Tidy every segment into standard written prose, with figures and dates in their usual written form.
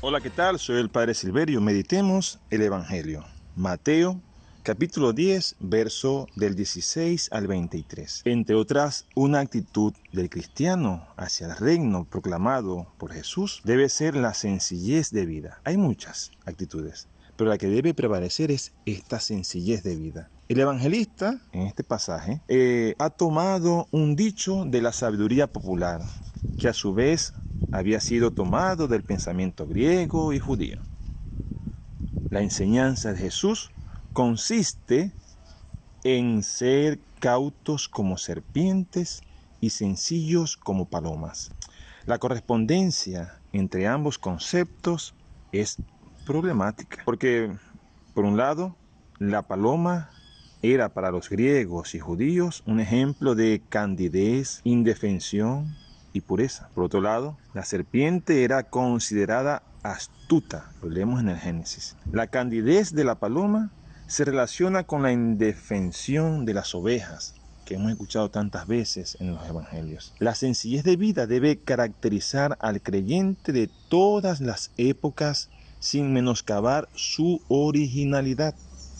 Hola, ¿qué tal? Soy el Padre Silverio. Meditemos el Evangelio. Mateo, capítulo 10, verso del 16 al 23. Entre otras, una actitud del cristiano hacia el reino proclamado por Jesús debe ser la sencillez de vida. Hay muchas actitudes, pero la que debe prevalecer es esta sencillez de vida. El evangelista, en este pasaje, ha tomado un dicho de la sabiduría popular, que a su vez había sido tomado del pensamiento griego y judío. La enseñanza de Jesús consiste en ser cautos como serpientes y sencillos como palomas. La correspondencia entre ambos conceptos es problemática, porque, por un lado, la paloma era para los griegos y judíos un ejemplo de candidez, indefensión y pureza. Por otro lado, la serpiente era considerada astuta, lo leemos en el Génesis. La candidez de la paloma se relaciona con la indefensión de las ovejas, que hemos escuchado tantas veces en los evangelios. La sencillez de vida debe caracterizar al creyente de todas las épocas sin menoscabar su originalidad.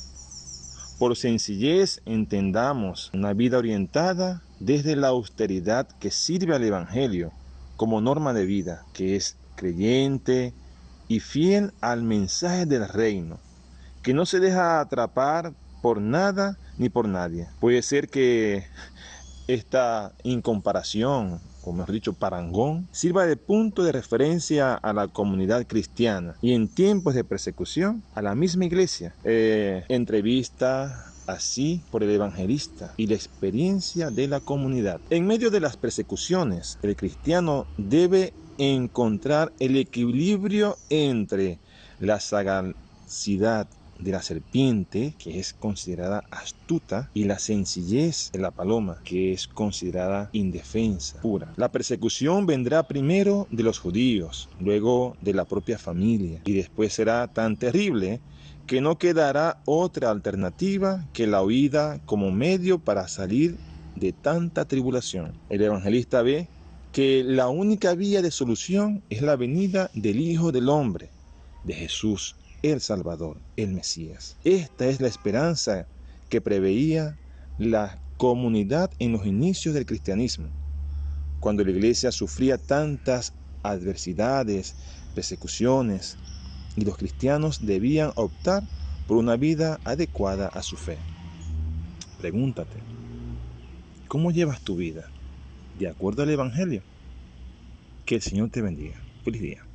Por sencillez entendamos una vida orientada desde la austeridad que sirve al Evangelio como norma de vida, que es creyente y fiel al mensaje del reino, que no se deja atrapar por nada ni por nadie. Puede ser que esta incomparación, o mejor dicho, parangón, sirva de punto de referencia a la comunidad cristiana y en tiempos de persecución a la misma iglesia. Entrevista así por el evangelista y la experiencia de la comunidad. En medio de las persecuciones, el cristiano debe encontrar el equilibrio entre la sagacidad de la serpiente, que es considerada astuta, y la sencillez de la paloma, que es considerada indefensa, pura. La persecución vendrá primero de los judíos, luego de la propia familia, y después será tan terrible que no quedará otra alternativa que la huida como medio para salir de tanta tribulación. El evangelista ve que la única vía de solución es la venida del Hijo del Hombre, de Jesús, el Salvador, el Mesías. Esta es la esperanza que preveía la comunidad en los inicios del cristianismo, cuando la iglesia sufría tantas adversidades, persecuciones, y los cristianos debían optar por una vida adecuada a su fe. Pregúntate, ¿cómo llevas tu vida? ¿De acuerdo al Evangelio? Que el Señor te bendiga. Feliz día.